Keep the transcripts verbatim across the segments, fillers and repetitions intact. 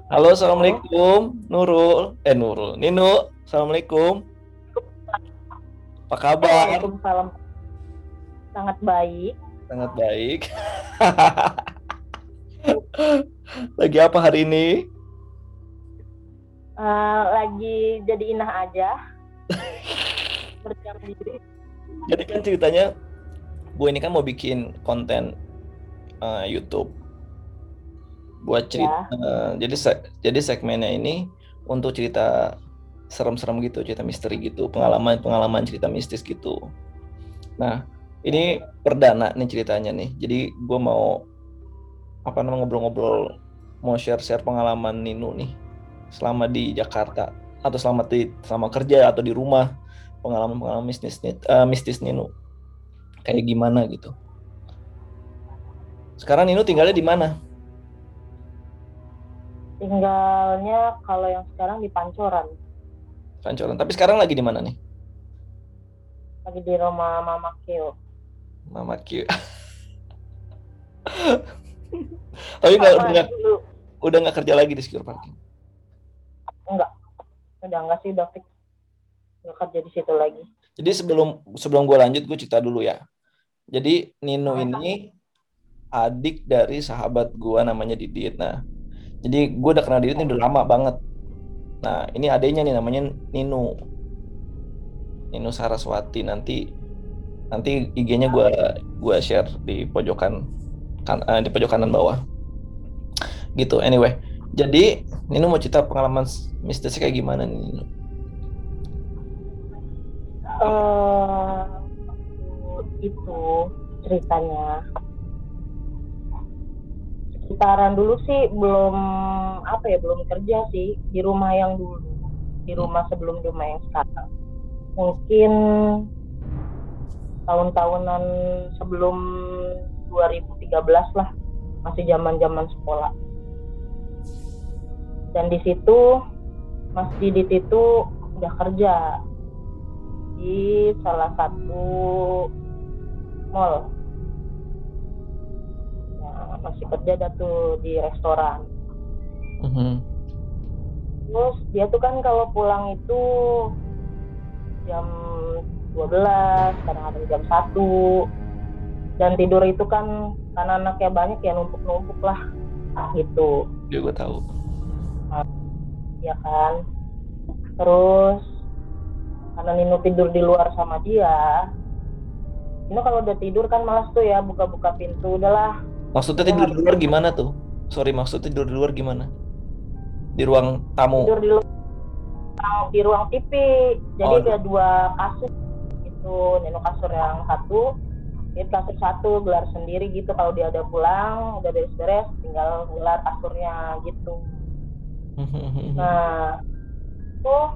Halo, Halo, assalamualaikum, Nurul. Eh, Nurul, Nino. Assalamualaikum. Apa kabar? Waalaikumsalam. Sangat baik. Sangat baik. Lagi apa hari ini? Eh, lagi jadi inah aja, berdiam diri. Jadi kan ceritanya, gue ini kan mau bikin konten eh, YouTube buat cerita. Ya, eh, jadi se- jadi segmennya ini untuk cerita serem-serem gitu, cerita misteri gitu, pengalaman-pengalaman cerita mistis gitu. Nah, ya. ini perdana nih ceritanya nih. Jadi gue mau apa namanya ngobrol-ngobrol, mau share-share pengalaman Nino nih selama di Jakarta atau selama di selama kerja atau di rumah, pengalaman-pengalaman mistis uh, mistis Nino kayak gimana gitu. Sekarang Nino tinggalnya di mana? Tinggalnya kalau yang sekarang di Pancoran, Pancoran. Tapi sekarang lagi di mana nih? lagi di rumah Mama Keo. Mama Q. Tapi nggak udah Sama nggak dulu, udah nggak kerja lagi di secure parking. enggak, udah enggak sih, udah fix enggak kerja di situ lagi. Jadi sebelum sebelum gue lanjut, gue cerita dulu ya. Jadi Nino Ah, ini adik dari sahabat gue namanya Didit. Nah, jadi gue udah kenal Didit ini udah lama banget. Nah, ini adanya nih namanya Nino. Nino Saraswati. Nanti nanti I G-nya gue gua share di pojokan kan eh, di pojok kanan bawah. Gitu. Anyway, jadi Nino mau cerita pengalaman mistisnya kayak gimana nih Nino? eh, itu ceritanya. Sekitaran dulu sih belum apa ya, belum kerja sih di rumah yang dulu, di Hmm. rumah sebelum rumah yang sekarang. Mungkin tahun-tahunan sebelum dua ribu tiga belas lah, masih zaman-zaman sekolah. Dan di situ Mas Didit itu udah kerja di salah satu mall. Nah, masih kerja dah tuh di restoran. Mhm. Terus dia tuh kan kalau pulang itu jam dua belas, kadang-kadang jam satu. Dan tidur itu kan karena anaknya banyak ya, numpuk-numpuk lah gitu. Ya gue tahu. Nah, ya kan. Terus karena Nino tidur di luar sama dia, Nino kalau udah tidur kan malas tuh ya buka-buka pintu, udahlah Maksudnya udah tidur nggak di bisa luar gimana tuh? Sorry, maksudnya tidur di luar gimana? Di ruang tamu. tidur di luar, di ruang T V. Jadi Oh, ada di- dua kasur gitu. Nino kasur yang satu, dia kasur satu gelar sendiri gitu. Kalau dia ada pulang udah beres-beres tinggal gelar kasurnya gitu. Nah tuh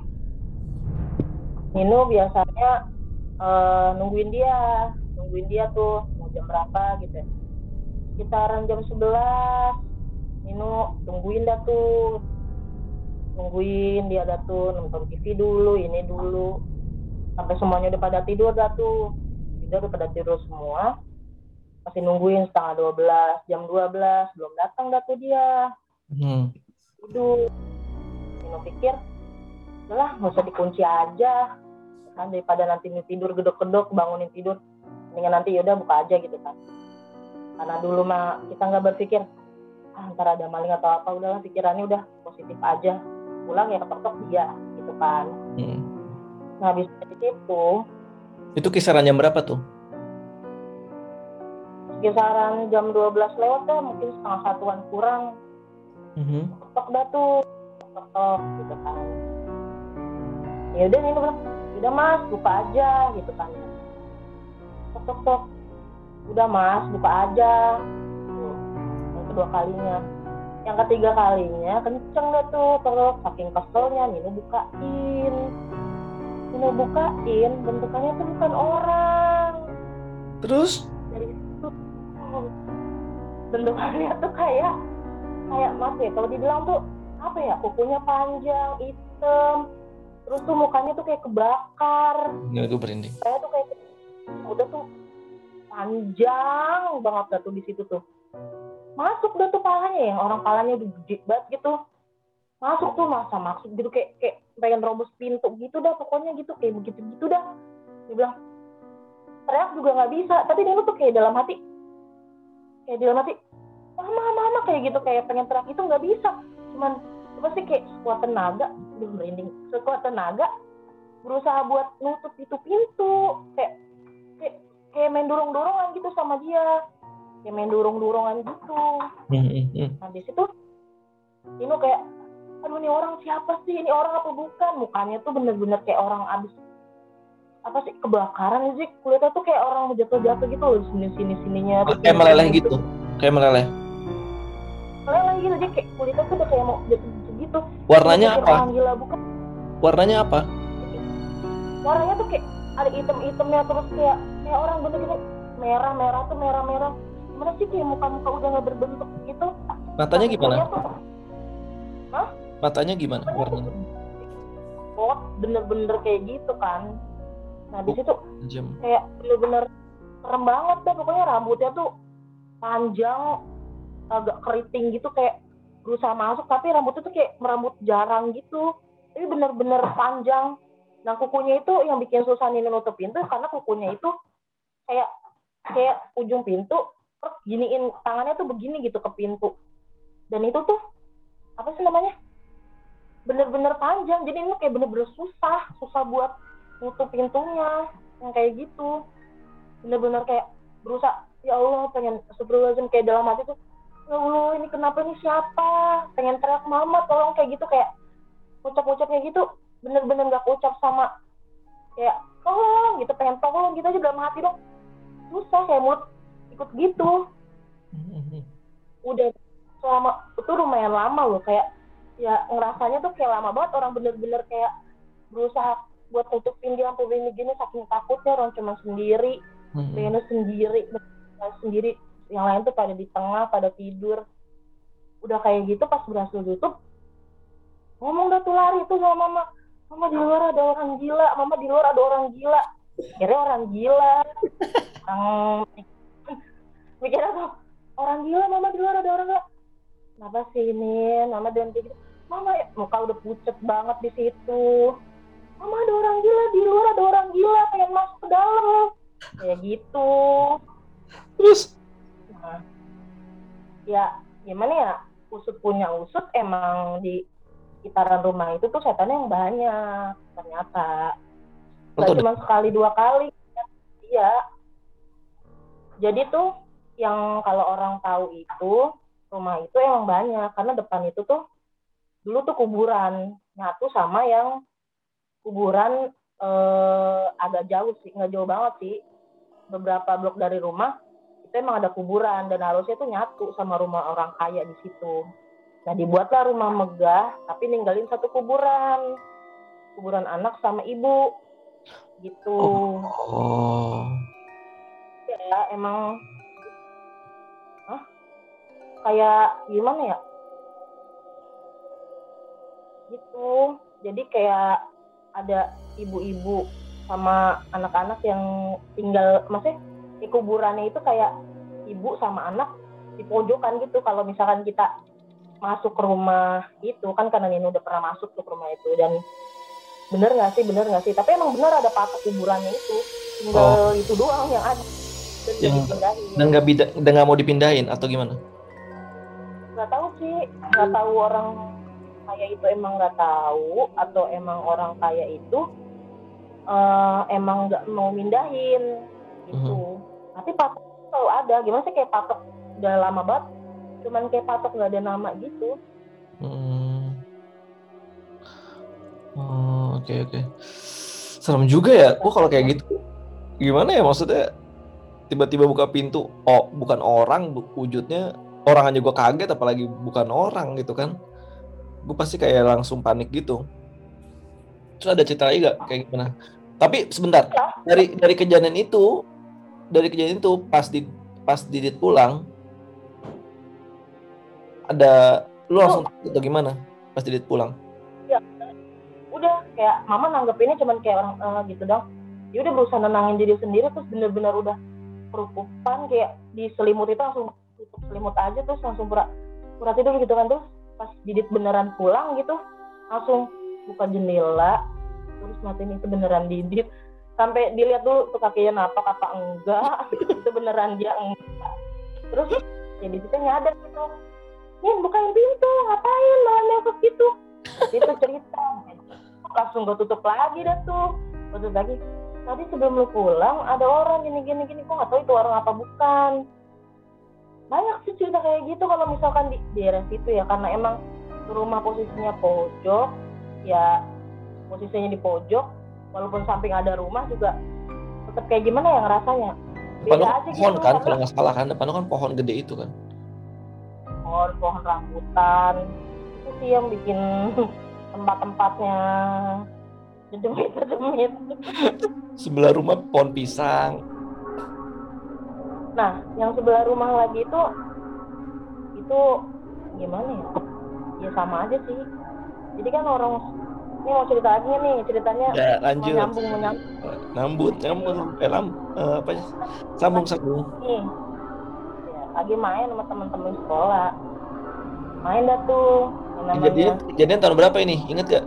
Nino biasanya eh, nungguin dia nungguin dia tuh mau jam berapa gitu ya. Sekitaran jam sebelas Nino tungguin dah tuh, nungguin dia dah tuh nonton T V dulu, ini dulu sampai semuanya udah pada tidur dah tuh. Udah udah pada tidur semua, masih nungguin setengah dua belas, jam dua belas belum datang dah tuh dia. Hmm. Tidur, Nino pikir lah nggak usah dikunci aja kan, daripada nanti tidur gedok-gedok bangunin tidur, mendingan nanti yaudah buka aja gitu kan. Karena dulu mah kita nggak berpikir ah ntar ada maling atau apa, udahlah pikirannya udah positif aja, pulang ya ketok-ketok dia gitu kan. Hmm. Nah habis dari situ Itu kisaran jam berapa tuh? kisaran jam dua belas lewat ya, mungkin setengah satuan kurang, Mhm. ketok dah tuh, ketok gitu kan. Ya udah nih bilang udah mas buka aja gitu kan, ketok-ketok udah mas buka aja tuh. Yang kedua kalinya, yang ketiga kalinya kenceng deh tuh terus, saking keselnya Nino bukain Nino bukain bentukannya tuh bukan orang. Terus Dari situ bentukannya tuh kayak kayak mas ya kalau dibilang tuh apa ya, kukunya panjang hitam, terus tuh mukanya tuh kayak kebakar, ini gue berinding. saya tuh kayak udah tuh panjang banget dah tuh di situ tuh, masuk dah tuh palanya, yang orang palanya udah gede banget gitu, masuk tuh masa masuk gitu kayak kayak pengen robos pintu gitu dah pokoknya gitu kayak begitu gitu dah. Dia bilang teriak juga nggak bisa, tapi Nino tuh kayak dalam hati kayak dalam hati mama mama kayak gitu kayak pengen teriak itu nggak bisa, cuman apa sih kayak sekuat tenaga, aduh merinding, sekuat tenaga berusaha buat nutup itu pintu kayak kayak, kayak main dorong-dorongan gitu sama dia, kayak main dorong-dorongan gitu. Nah di situ Nino kayak aduh ini orang siapa sih, ini orang apa bukan, mukanya tuh bener-bener kayak orang abis apa sih kebakaran sih, kulitnya tuh kayak orang jatuh-jatuh gitu loh, sini sini sininya tuh Kayak meleleh gitu, kayak meleleh. meleleh gitu aja kayak kulitnya tuh udah kayak mau jatuh gitu. Warnanya apa? Orang gila bukan? Warnanya apa? Warnanya tuh kayak ada item-itemnya terus kayak kayak orang bener-bener merah-merah tuh merah-merah. Gimana sih kayak muka-muka udah nggak berbentuk gitu? Matanya gimana? Tuh, hah? Matanya gimana warnanya? Oh, bener-bener kayak gitu kan. Nah di situ kayak bener-bener serem banget dah pokoknya, rambutnya tuh panjang agak keriting gitu kayak berusaha masuk tapi rambutnya tuh kayak merambut jarang gitu, tapi bener-bener panjang. Nah kukunya itu yang bikin susah Nino nutup pintu karena kukunya itu kayak kayak ujung pintu terus giniin tangannya tuh begini gitu ke pintu, dan itu tuh apa sih namanya bener-bener panjang, jadi ini kayak bener-bener susah susah buat nutup pintunya yang kayak gitu, bener-bener kayak berusaha ya Allah pengen astagfirullahaladzim kayak dalam hati tuh ya Allah ini kenapa, ini siapa, pengen teriak mama tolong kayak gitu, kayak ucap-ucapnya gitu bener-bener gak ucap sama kayak tolong gitu, pengen tolong gitu aja dalam hati dong, susah kayak mulut ikut gitu. Udah selama itu lumayan lama loh, kayak ya ngerasanya tuh kayak lama banget orang bener-bener kayak berusaha buat tutupin dia sampai begini-gini saking takutnya, orang cuma sendiri, pengennya sendiri sendiri, yang lain tuh pada di tengah pada tidur. Udah kayak gitu pas berhasil tutup ngomong dah tuh lari tuh sama mama, mama di luar ada orang gila, mama di luar ada orang gila. Kira orang gila orang mikirnya tuh orang gila, mama di luar ada orang gila. Kenapa sih ini mama dan gitu, mama ya muka udah pucet banget di situ, mama ada orang gila di luar, ada orang gila pengen masuk ke dalam kayak gitu. Terus nah, ya gimana ya, usut punya usut emang di sekitaran rumah itu tuh setannya yang banyak ternyata, nggak cuma sekali dua kali. Iya, jadi tuh yang kalau orang tahu itu rumah itu emang banyak karena depan itu tuh dulu tuh kuburan nyatu sama yang kuburan eh, agak jauh sih, nggak jauh banget sih, beberapa blok dari rumah itu emang ada kuburan dan harusnya tuh nyatu sama rumah orang kaya di situ. Nah dibuatlah rumah megah tapi ninggalin satu kuburan, kuburan anak sama ibu gitu. Oh. Ya emang Hah? kayak gimana ya gitu, jadi kayak ada ibu-ibu sama anak-anak yang tinggal, maksudnya di kuburannya itu kayak ibu sama anak di pojokan gitu. Kalau misalkan kita masuk ke rumah itu kan, karena Nino udah pernah masuk ke rumah itu, dan bener nggak sih bener nggak sih tapi emang bener ada patok kuburannya itu, tinggal oh. itu doang yang ada dan yang dipindahin dan nggak bida dan nggak mau dipindahin atau gimana? Nggak tahu sih, nggak tahu orang kaya itu emang nggak tahu atau emang orang kaya itu uh, emang nggak mau mindahin gitu. Mm-hmm. Tapi patok selalu ada, gimana sih kayak patok udah lama banget cuman kayak patok nggak ada nama gitu. Hmm. Oh, oke okay, oke. Okay. Serem juga ya. Gua kalau kayak gitu gimana ya, maksudnya tiba-tiba buka pintu, oh bukan orang, wujudnya orang aja gue kaget, apalagi bukan orang gitu kan. Gue pasti kayak langsung panik gitu. Terus ada cerita lagi gak kayak gimana? Tapi sebentar, dari dari kejadian itu, dari kejadian itu pas di pas Didit pulang, ada lu langsung takut atau gimana pas Didit pulang? Ya, udah kayak mama nanggepinnya cuman kayak orang uh, gitu dong. Dia udah berusaha nenangin diri sendiri, terus bener-bener udah kerukupan kayak di selimut itu langsung tutup selimut aja terus langsung pura pura tidur gitu kan, terus pas Didit beneran pulang gitu langsung buka jendela terus matiin itu beneran Didit, sampai dilihat dulu tuh kakinya napak apa enggak itu beneran dia enggak. Terus ya Diditnya nyadar gitu, nih bukain pintu ngapain malah nengok gitu, itu cerita langsung gue tutup lagi dah tuh, gue tutup lagi. Tadi sebelum lu pulang ada orang gini gini gini, gue nggak tahu itu orang apa bukan. Banyak sih cerita kayak gitu kalau misalkan di daerah situ ya, karena emang rumah posisinya pojok ya, posisinya di pojok walaupun samping ada rumah juga tetap kayak gimana ya ngerasanya Depan lu beda kan aja pohon gitu, kan, karena kalau nggak salah kan, depan lu kan pohon gede itu kan. pohon pohon rambutan itu sih yang bikin tempat-tempatnya jedemit-jedemit. Sebelah rumah pohon pisang. Nah, yang sebelah rumah lagi itu itu gimana ya? Ya sama aja sih. Jadi kan orang ini mau cerita lagi nih, ceritanya Ya lanjut. menyambung menyambung. Nambut, nyambung, eh, lam, eh, apa ya? Sambung, sambung. Nih, ya, lagi main sama teman-teman sekolah. Main dah tuh, yang namanya Kejadian, kejadian tahun berapa ini? Ingat gak?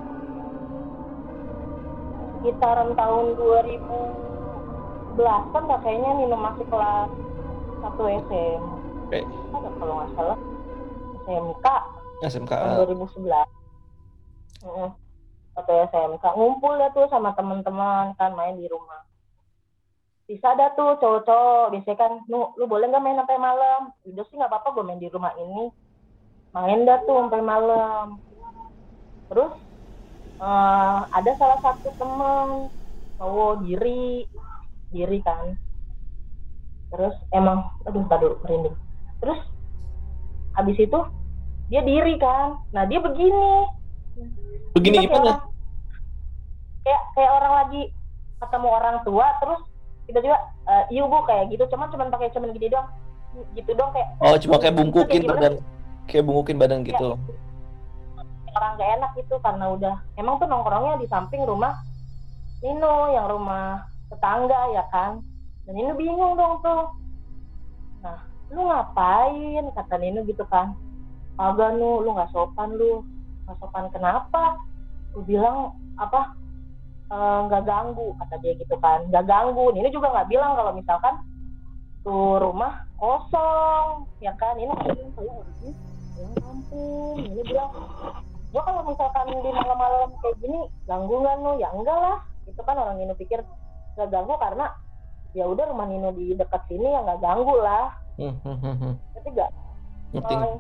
sekitaran tahun dua ribu sebelasan lah kayaknya, Nino masih kelas satu S M P. Oke. Ada kalau nggak salah S M K S M K. tahun dua ribu sebelas. Heeh. Satu S M K ngumpul ya tuh sama teman-teman kan main di rumah. Bisa ada tuh cowok-cowok biasanya kan, lu, lu boleh nggak main sampai malam? Udah sih nggak apa-apa, gue main di rumah ini. Main dah tuh sampai malam. Terus uh, ada salah satu teman cowok diri diri kan. Terus emang aduh tadi merinding. Terus habis itu dia diri kan. Nah dia begini. Begini Kita gimana? Kayak, kayak kayak orang lagi ketemu orang tua terus tiba-tiba uh, iya bu kayak gitu, cuman cuman pakai cuman gini doang gitu dong kayak. Oh cuma kayak bungkukin kayak badan, kayak bungkukin badan gitu. Ya, orang gak enak gitu karena udah emang tuh nongkrongnya di samping rumah Nino yang rumah tetangga ya kan. Dan Nino bingung dong tuh. Nah lu ngapain kata Nino gitu kan. Agak nu lu nggak sopan, lu nggak sopan kenapa? Lu bilang apa nggak e, ganggu kata dia gitu kan, nggak ganggu. Nino juga nggak bilang kalau misalkan tuh rumah kosong ya kan. Ini bilang saya harusnya pulang kampung. Ini bilang gua kalau misalkan di malam-malam kayak gini ganggu nggak nu? Ya enggak lah. Itu kan orang Nino pikir nggak ganggu karena ya udah rumah Nino di dekat sini ya nggak ganggu lah. Hmm, hmm, hmm, hmm. Tapi nggak. Ngerti. Uh,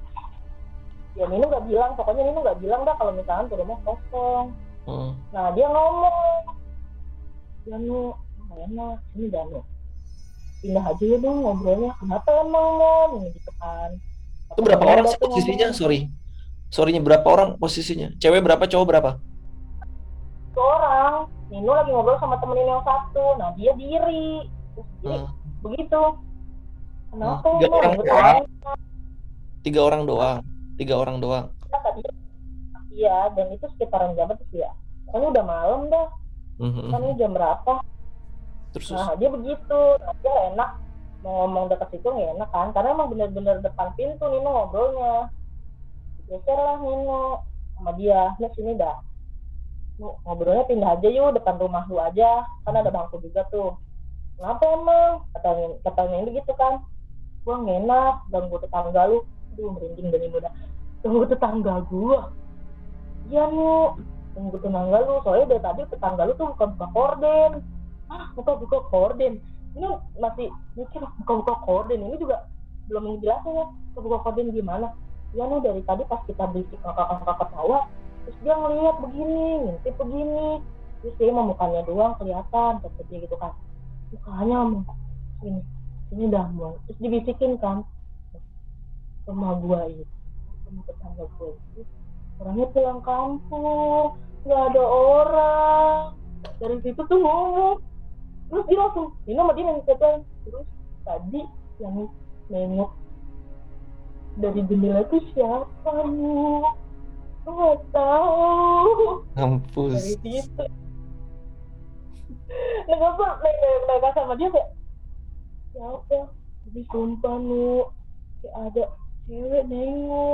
ya Nino nggak bilang, pokoknya Nino nggak bilang dah kalau misalkan tuh rumah kosong. Hmm. Nah dia ngomong, ya nu nggak enak, sini dah nu pindah aja ya dong ngobrolnya. Kenapa emang non? Gitu kan. Itu berapa orang sih posisinya? Sorry, sorrynya berapa orang posisinya? Cewek berapa, cowok berapa? Satu orang. Nino lagi ngobrol sama temen Nino yang satu. Nah dia diri. Terus dia hmm. begitu. Kenapa hmm. Tiga emang? orang doang. Tiga orang doang. Tiga orang doang. Iya, dan itu sekitaran jam berapa sih ya? Kan udah malam dah. Mm-hmm. Kan ini jam berapa? Terus, nah dia begitu, nah, dia gak enak mau ngomong dekat situ, gak enak kan? Karena emang bener-bener depan pintu Nino ngobrolnya. Geser lah Nino sama dia, nah sini dah. Lu ngobrolnya pindah aja yuk depan rumah lu aja, kan ada bangku juga tuh. Kenapa emang? Katanya, katanya ini gitu kan? Gua gak enak ganggu tetangga lu. Aduh merinding dari muda. Ganggu tetangga gua. Iya nu, ganggu tetangga lu. Soalnya dari tadi tetangga lu tuh buka-buka korden. Ah, buka-buka korden. Ini masih mikir buka-buka korden. Ini juga belum ngejelasin ya. Buka-buka korden gimana? Iya nu, dari tadi pas kita berisik kakak-kakak ketawa, terus dia ngeliat begini, ngintip begini. Terus dia mau mukanya doang kelihatan, seperti gitu kan. Mukanya mau sini, sini dah mau. Terus dibisikin kan. Rumah gua itu, rumah tetangga gua itu, orangnya pulang kampung, nggak ada orang. Dari situ tuh ngomong, terus dia langsung, ini sama dia nangis kan. Terus tadi yang nengok dari jendela itu siapa lu? Nggak tahu. Mampus. Dari situ, nengok tuh nengok sama dia kayak, siapa? Tapi sumpah lu, kayak ada cewek nengok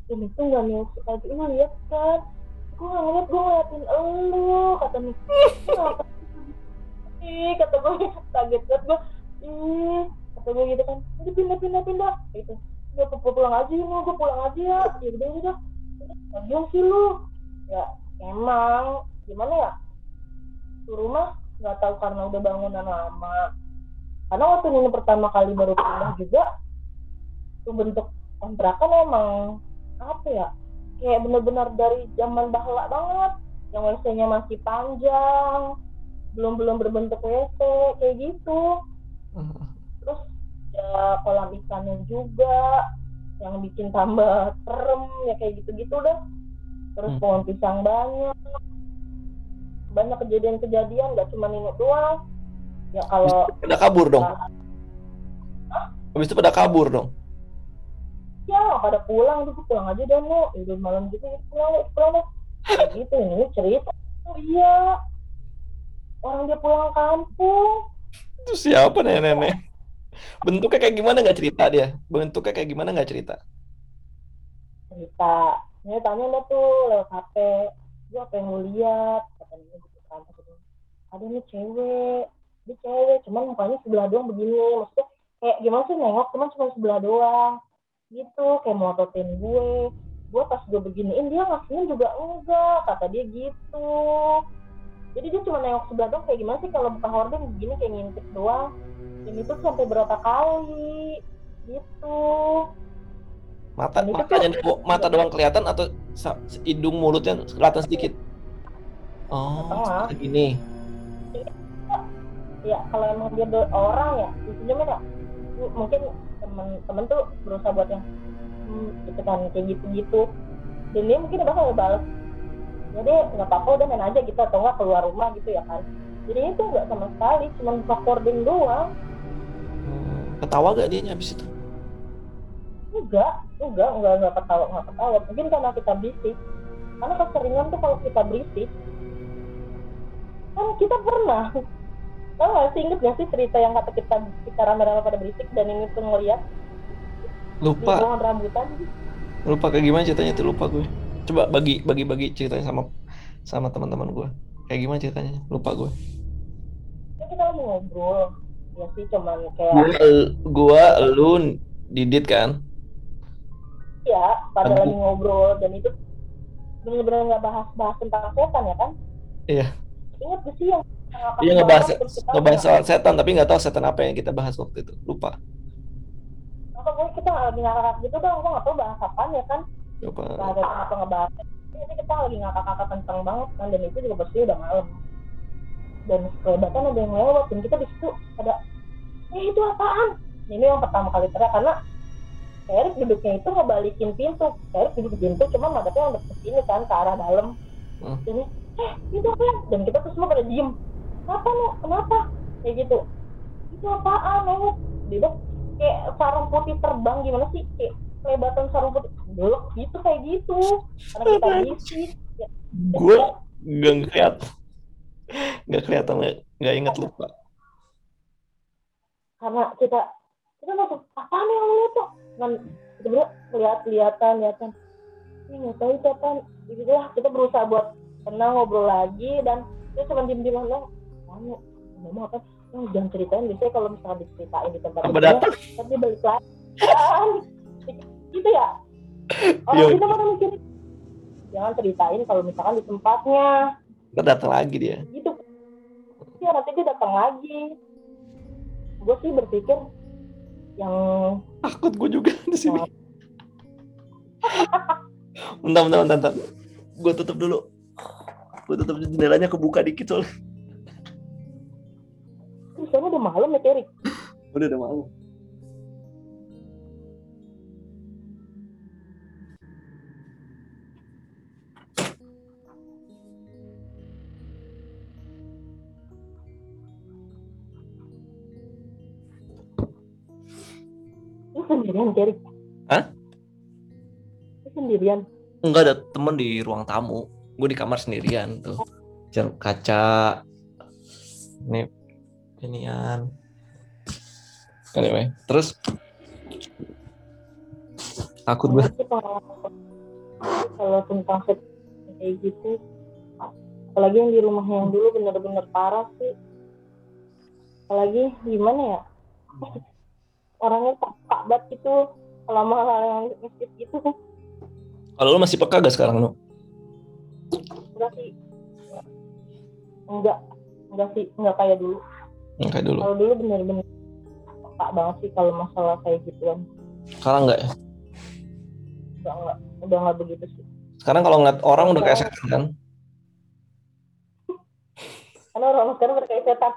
ini tuh nggak nih kayak ini lihat kan, gue nggak ngeliat, gue ngeliatin elu kata nih, gue ngapain sih kata gue, kaget banget gue, ih kata gue gitu kan, udah pindah pindah pindah gitu, gue pulang aja ini, gue pulang aja ya, ya udah udah, lagian sih lu, ya emang gimana ya, tuh rumah nggak tahu karena udah bangunan lama, karena waktu ini pertama kali baru pindah juga, tuh bentuk kontrakan emang apa ya, kayak bener-bener dari zaman bahla banget, yang W C-nya masih panjang, belum belum berbentuk W C kayak gitu, terus ya kolam ikannya juga yang bikin tambah serem ya kayak gitu-gitu dah, terus Hmm. pohon pisang banyak, banyak kejadian-kejadian, nggak cuma Nino doang ya Habis kalau itu pada kabur dong. uh, Habis itu pada kabur dong. ya pada pulang gitu, pulang aja dan lo udah malam gitu ya, pulang lo pulang lo kayak gitu, ini cerita, oh iya orang dia pulang kampung, Itu siapa nenek-nenek? Bentuknya kayak gimana nggak cerita dia? Bentuknya kayak gimana nggak cerita? cerita ini tanya dia tuh lewat H P, gue apa yang lo lihat katanya gitu kan, ada nih cewek, dia cewek cuman mukanya sebelah doang begini, maksudnya kayak gimana sih nengok cuman cuma sebelah doang gitu, kayak melototin gue gue pas gue beginiin dia ngasihnya juga enggak kata dia gitu, jadi dia cuma nengok sebelah doang, kayak gimana sih kalau buka horden begini kayak ngintip doang, dan itu sampai berapa kali gitu, Mata dan itu tuh matanya do- mata doang kelihatan atau sa- hidung mulutnya kelihatan sedikit? Oh, setengah segini. ya kalau emang dia orang ya disenyumin ya, mungkin temen-temen tuh berusaha buat yang hmm, gitu kan kayak gitu-gitu, dan dia mungkin bakal balas, jadi nggak apa-apa udah main aja gitu atau nggak keluar rumah gitu ya kan, jadi itu nggak sama sekali, cuma buka cording doang, Hmm, ketawa gak dia habis itu? enggak enggak enggak enggak ketawa enggak ketawa, mungkin karena kita berisik, karena keseringan tuh kalau kita berisik kan kita pernah, tau nggak sih, inget nggak sih cerita yang kata kita kita rame-rame pada berisik dan ini tuh ngeliat di Lupa, pohon rambutan, lupa kayak gimana ceritanya tuh lupa gue. Coba bagi bagi bagi ceritanya sama sama teman-teman gue. Kayak gimana ceritanya? Lupa gue. kan kita lagi ngobrol ya sih, cuman kayak Gua, gua, lu, Didit kan? ya pada lagi Agu. ngobrol, dan itu bener-bener nggak bahas-bahas tentang setan ya kan, Iya, ingat gak sih yang ngakak dia ngebahas banget terus kita ngebahas nggak, soal setan tapi nggak tahu setan apa yang kita bahas waktu itu. Lupa. apa gue kita lagi ngakak gitu dong, gue nggak tahu bahas apa ya kan, nggak Lupa. ada apa ngebahas, ini kita lagi ngakak-ngakak kenceng banget kan, dan itu juga pasti udah malam, dan kelebatan ada yang lewat dan kita di situ ada, eh itu apaan, ini yang pertama kali teriak karena Erik duduknya itu ngebalikin pintu, Erik duduk di pintu cuma madepnya yang ke sini kan ke arah dalam, Hmm. jadi eh itu apa ya, dan kita tuh semua pada diem, apa nih kenapa kayak gitu, itu apaan nih, dia kayak sarung putih terbang gimana sih, kayak kelebatan sarung putih belok gitu kayak gitu, karena kita bisik ya, Gue nggak ngeliat, nggak kelihatan, nggak nggak inget, lupa. karena kita kita langsung apa nih yang lihat tuh, kan kita berdua lihat-lihatan lihatan, ini nggak tahu itu apa, gitu lah kita berusaha buat tenang ngobrol lagi, dan dia cuma diem-diem lah, kamu ngomong apa, oh, jangan ceritain, biasanya kalau misalnya diceritain di tempat Apa itu datang? tapi balik lagi kan gitu ya, orang Yo, kita pada mikir jangan ceritain kalau misalkan di tempatnya ntar datang lagi dia. gitu ya, nanti dia datang lagi, gue sih berpikir yang Takut gue juga di sini. Bentar, bentar, bentar, bentar. Gue tutup dulu. Gue tutup jendelanya, kebuka dikit soalnya. misalnya udah malam ya Erik, Udah, udah malu. lu sendirian Erik? Hah? Lu sendirian? Enggak, ada temen di ruang tamu. Gue di kamar sendirian tuh. Ceruk kaca. Ini inian. Anyway, terus takut gue. Enak sih pengalaman Jadi kalau tentang set kayak gitu, apalagi yang di rumahnya yang dulu bener-bener parah sih. Apalagi gimana ya, orangnya peka banget gitu kalau sama hal yang mistis gitu. Kalau lu masih peka gak sekarang, Nu? Enggak sih, enggak enggak sih, enggak kayak dulu. Yang kayak dulu. Kalau dulu bener-bener peka banget sih kalau masalah kayak gituan. Sekarang enggak ya? Udah enggak, udah enggak begitu sih. Sekarang kalau ngeliat orang Kalau udah kayak sekarang, setan kan? karena orang sekarang udah kayak setan.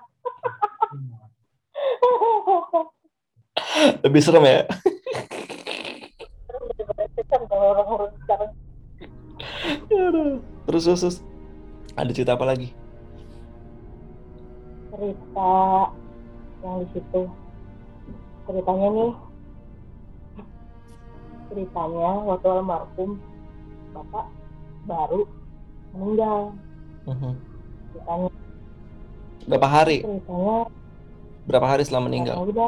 Lebih serem ya? Sekarang udah kayak setan kalau orang-orang sekarang. Aduh. Terus, terus, terus. Ada cerita apa lagi? Cerita yang di situ, ceritanya nih, ceritanya waktu almarhum bapak baru meninggal. Mhm. Ceritanya, Berapa hari? ceritanya Berapa hari setelah nggak meninggal? tahu dah,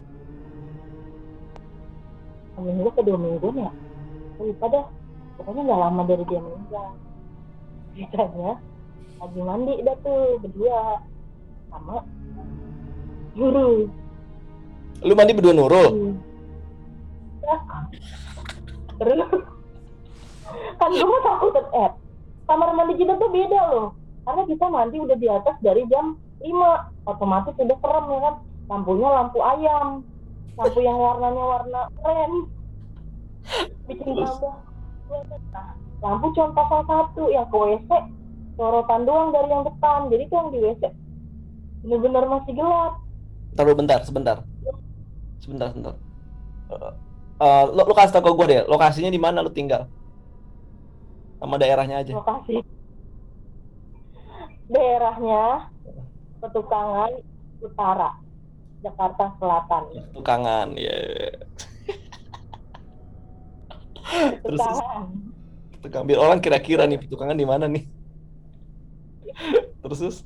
seminggu ke dua minggu ya, lupa dah. Pokoknya nggak lama dari dia meninggal. Ceritanya lagi mandi dah tuh berdua sama guru. Lu mandi berdua Nurul? Hmm. Ya, terus kan gue mah takut eh kamar mandi kita tuh beda loh, karena kita mandi udah di atas dari jam lima, otomatis udah serem ya kan, lampunya lampu ayam, lampu yang warnanya warna oranye, bikin Terus? tambah. Nah, lampu cuma pasang satu, yang ke W C sorotan doang dari yang depan, jadi tuh yang di W C bener-bener masih gelap. Ntar dulu, bentar, sebentar. Sebentar, sebentar. Eh, eh, lu, lu kasih tau ke gue deh, lokasinya di mana lu tinggal? Sama daerahnya aja. Lokasi daerahnya Petukangan Utara, Jakarta Selatan. Tukangan, ya. Terus, terus, Petukangan. tukang biar orang kira-kira Terus, nih tukangan di mana nih? Terus, terus.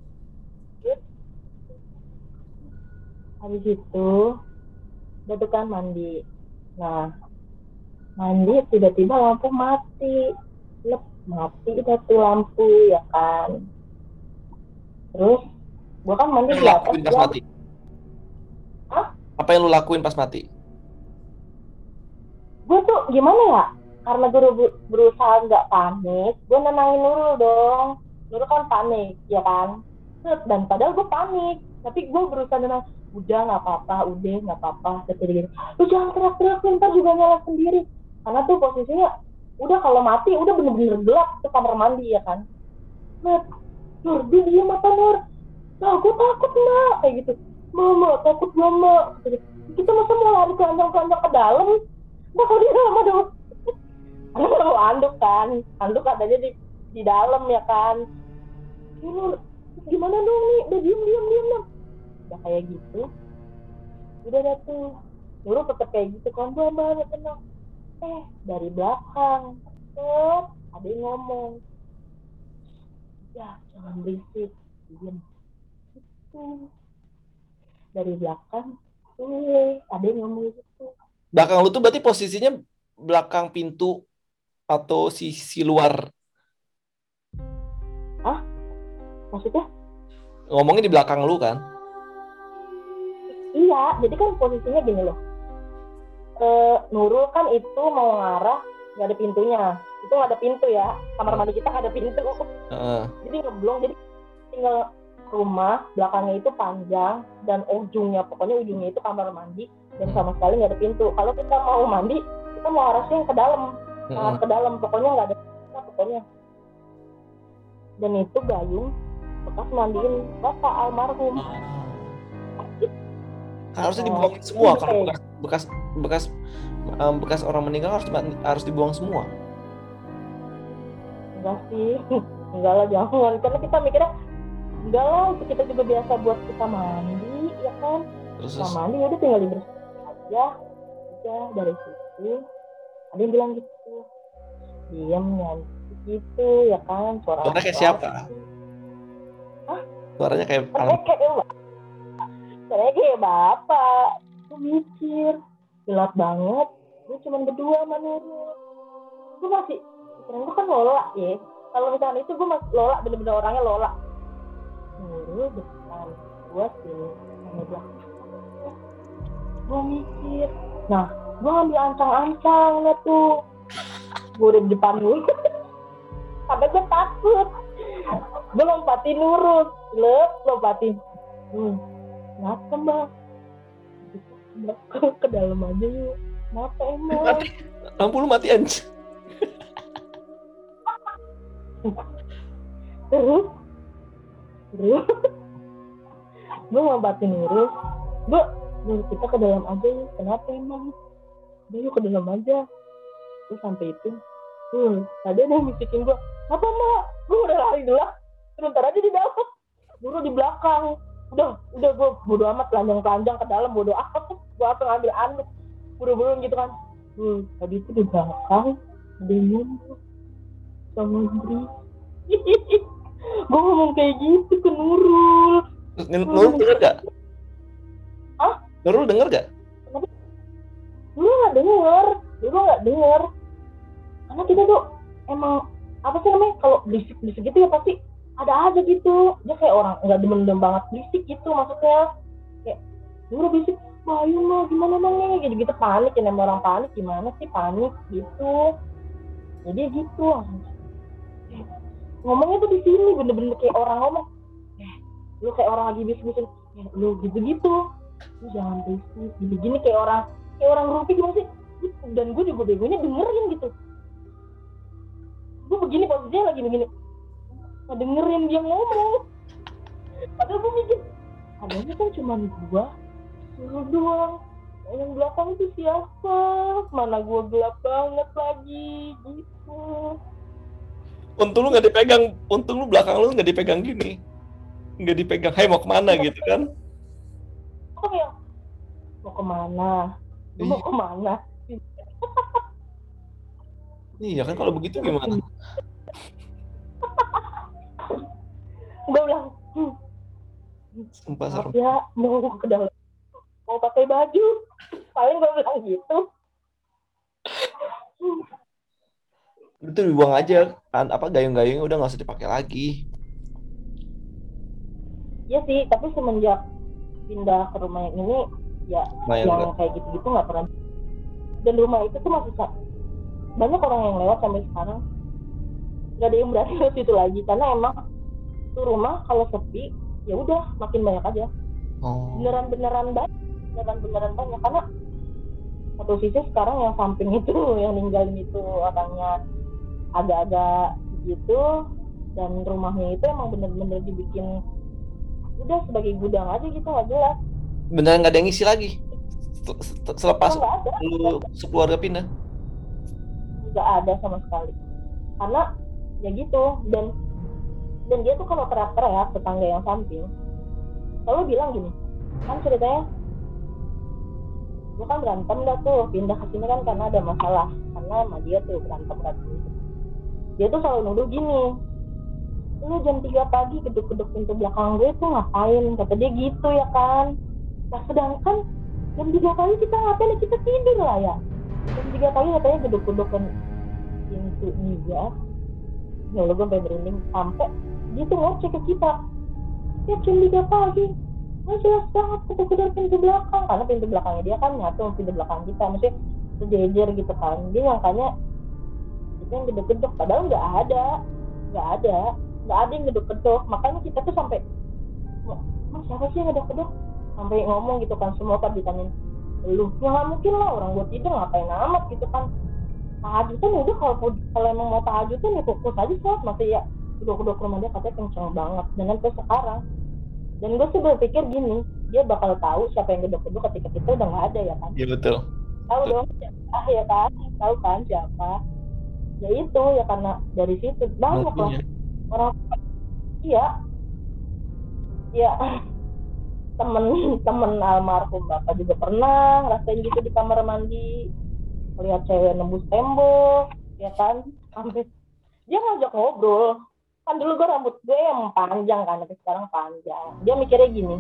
habis itu udah tuh kan mandi. Nah, mandi tiba-tiba lampu mati. Lep, mati itu tuh lampu ya kan. Terus gua kan Apa mandi yang di lu atas lakuin pas jam, mati? ah, Apa yang lu lakuin pas mati? gue tuh gimana ya? Karena gue berusaha nggak panik, gue nenangin Nurul dong. Nurul kan panik, ya kan? Dan padahal gue panik, tapi gue berusaha nenang. Udah nggak apa-apa, udah nggak apa-apa. Kata lu jangan teriak-teriak, ntar juga nyala sendiri. Karena tuh posisinya udah kalau mati udah bener-bener gelap tuh kamar mandi ya kan. Nur, Nur, dia diem apa Nur? Nah, gue takut mbak, kayak gitu. Mama, takut mama. Kita masa mau lari keranjang-keranjang ke dalam? Nah, kalau di dalam ada, karena mau anduk kan, anduk adanya di di dalam ya kan. Ini gimana dong nih? Udah diem diem diem diem. Udah kayak gitu, udah ada tuh. Nurul tetep kayak gitu kan, mbak mbak tenang. Eh dari belakang, eh ada yang ngomong, ya jangan berisik, diem. Tuh dari belakang, eh ada yang ngomong gitu. Belakang lu tuh berarti posisinya belakang pintu atau sisi luar? Ah, maksudnya? Ngomongnya di belakang lu kan? Iya, jadi kan posisinya gini loh. E, Nurul kan itu mau ngarah, nggak ada pintunya. Itu nggak ada pintu ya. Kamar mandi kita nggak ada pintu. Uh. Jadi ngeblong, jadi tinggal rumah, belakangnya itu panjang, dan ujungnya, pokoknya ujungnya itu kamar mandi, dan sama sekali nggak ada pintu. Kalau kita mau mandi, kita mau arahnya ke dalam, uh. ke dalam, pokoknya nggak ada pintu, pokoknya. Dan itu gayung bekas mandiin bapak almarhum. Harusnya dibuang semua kalau bekas bekas bekas um, bekas orang meninggal harus harus dibuang semua. Enggak sih, enggak lah, jangan, karena kita mikirnya enggak lah, itu kita juga biasa buat kita mandi ya kan. Terus, kita mandi udah tinggal dibersihin aja. Udah dari situ ada yang bilang gitu, diam nyanyi gitu ya kan, suara suaranya kayak siapa? Hah? Suaranya kayak suaranya kayak suaranya kayak bapak. Gue mikir gelap banget, gue cuma berdua sama Nurul. Gue masih pikiran gue kan Lola ya, kalau misalnya itu gue masih Lola, bener-bener orangnya Lola. Nurul depan gue sih sama dia, gue mikir, nah gue ngambil ancang-ancangnya tuh, gue udah di depan lu sampai gue takut, gue lompatin Nurul, lep lompatin, hmm, kenapa mbak, ke, ke dalam aja yuk, kenapa emang, Mati. Lampu lu mati anjir. terus terus gue lompatin Nurul, gue Nurul kita ke dalam aja yuk, kenapa emang, udah yuk ke dalam aja. Terus sampai itu, hmm, tadi ada yang bisikin gue, apa mbak, gue udah lari dulu, sebentar aja di dalam, buru di belakang, udah udah gue bodo amat, telanjang-telanjang ke dalam, bodo amat, gue apa ngambil anduk, buru-buru gitu kan, hmm, tadi itu di belakang ada yang ngomong sama Indri, gue ngomong kayak gitu ke Nurul. Nurul denger gak? Hah? Nurul denger gak? Nurul gak denger, Nurul gak denger, karena kita tuh emang apa sih namanya, kalau berisik-berisik gitu ya pasti ada aja gitu, dia kayak orang nggak demen-demen banget berisik gitu, maksudnya kayak Nurul berisik, Bayu mah gimana mah gitu-gitu, panik ya, namanya orang panik gimana sih, panik gitu, jadi gitu ngomongnya tuh di sini bener-bener kayak orang ngomong, eh lu kayak orang lagi bisik-bisik, eh, lu gitu-gitu, lu jangan berisik gini-gini, kayak orang kayak orang rupi gimana sih, dan gue juga begonya dengerin gitu, gue begini posisinya lagi begini, nggak dengerin dia ngomong, padahal gue mikir adanya kan cuma gue suruh doang, yang belakang itu siapa, mana gue gelap banget lagi gitu. Untung lu nggak dipegang, untung lu belakang lu nggak dipegang gini, nggak dipegang, hai mau kemana gitu kan? Oh ya, mau kemana? Lu mau kemana? Iya kan, kalau begitu gimana? Gue bilang, hmm, Sumpah serem. ya mau ke dalam, mau pakai baju, paling gue bilang gitu. Itu dibuang aja kan, apa gayung-gayungnya udah nggak usah dipakai lagi. Iya sih, tapi semenjak pindah ke rumah yang ini ya, Lumayan yang nggak? kayak gitu-gitu nggak pernah. Dan rumah itu tuh masih banyak orang yang lewat sampai sekarang, nggak ada yang berani ke situ lagi, karena emang tuh rumah kalau sepi ya udah makin banyak aja. Oh. beneran beneran banyak beneran beneran banyak, karena satu sisi sekarang yang samping itu yang ninggalin itu orangnya agak-agak gitu, dan rumahnya itu emang bener-bener dibikin udah sebagai gudang aja gitu, nggak jelas. Beneran nggak ada yang ngisi lagi selepas nggak ada lu sekeluarga pindah? nggak ada sama sekali, karena ya gitu. dan dan dia tuh kalau teriak-teriak tetangga yang samping selalu bilang gini, kan ceritanya gue kan berantem dah tuh pindah ke sini kan karena ada masalah, karena sama dia tuh berantem kan. Dia tuh selalu nuduh gini, lu jam tiga pagi geduk-geduk pintu belakang gue tuh ngapain, kata dia gitu ya kan. Nah sedangkan jam tiga pagi kita ngapain, kita tidur lah ya. Jam tiga pagi katanya geduk-geduk pintu juga. Ya Allah gue sampai merinding, sampai dia tuh ngoceh ke kita, ya jam tiga pagi nggak jelas banget geduk-geduk pintu belakang, karena pintu belakangnya dia kan nyatu pintu belakang kita, maksudnya sejejer gitu kan. Dia nyangkanya itu yang geduk-geduk, padahal nggak ada nggak ada nggak ada yang geduk-geduk. Makanya kita tuh sampai, mas siapa sih yang geduk-geduk, sampai ngomong gitu kan, semua kan ditanyain, lu ya nggak mungkin lah orang buat tidur ngapain amat gitu kan, tahajudan udah, kalau kalau emang mau tahajudan ya fokus aja sholat, masih ya geduk-geduk rumah dia katanya kenceng banget. Dan sampai sekarang, dan gue sih berpikir gini, dia bakal tahu siapa yang geduk-geduk ketika kita udah nggak ada ya kan. Iya betul, tahu dong siapa ya kan, tahu kan siapa ya, itu ya karena dari situ banyak lah orang. Iya ya, temen-temen almarhum bapak juga pernah ngerasain gitu di kamar mandi, lihat cewek nembus tembok ya kan, sampai dia ngajak ngobrol. Kan dulu gue rambut gue yang panjang kan, tapi sekarang panjang. Dia mikirnya gini,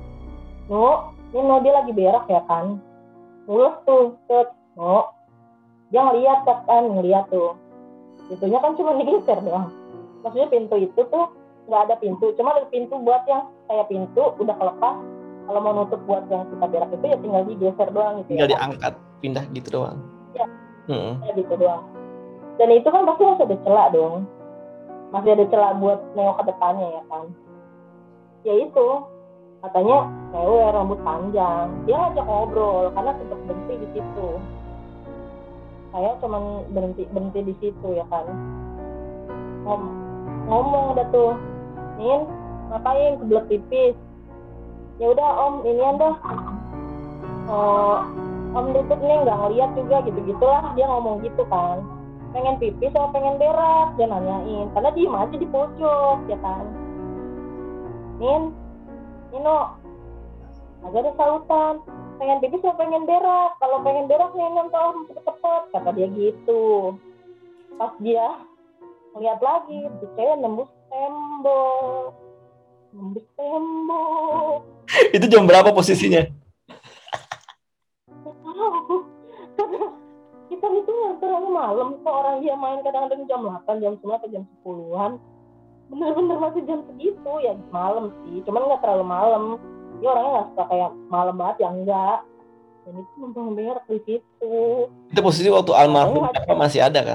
no ini no dia lagi berak ya kan, mulus tuh set no, dia ngeliat kan ngeliat tuh Pintunya kan cuma digeser doang. Maksudnya pintu itu tuh nggak ada pintu, cuma ada pintu buat yang kayak pintu udah kelepas. Kalau mau nutup buat yang kita berak itu ya tinggal digeser doang gitu Tinggal ya. diangkat, pindah gitu doang. Ya, Hmm. ya gitu doang. Dan itu kan pasti masih ada celah dong. Masih ada celah buat nengok ke depannya ya kan. Ya itu, katanya cewek rambut panjang. Dia ngajak ngobrol karena sempat berhenti di situ. Saya cuman berhenti berhenti di situ ya kan. Ngom ngomong udah tuh, Nin, ngapain kebelet pipis? Ya udah om, inian dah. Oh, om tutup nih nggak ngeliat juga gitu gitulah dia ngomong gitu kan. Pengen pipis atau pengen berak dia nanyain karena diem aja di pojok ya kan. Nin, Nino, agak ada sautan. Pengen pipis atau pengen berak? Kalau pengen berak nih nonton cepet-cepet kata dia gitu. Pas dia lihat lagi, si cewek nembus tembok, nembus tembok. Itu jam berapa posisinya? Kita itu nggak terlalu malam kok, orang dia main kadang-kadang jam delapan, jam sembilan atau jam sepuluhan. Bener-bener masih jam segitu ya malam sih, cuman nggak terlalu malam. Dia orangnya nggak suka kayak malam banget ya enggak. Dan itu numpang berak di situ. Itu posisi waktu almarhum apa masih ada kan?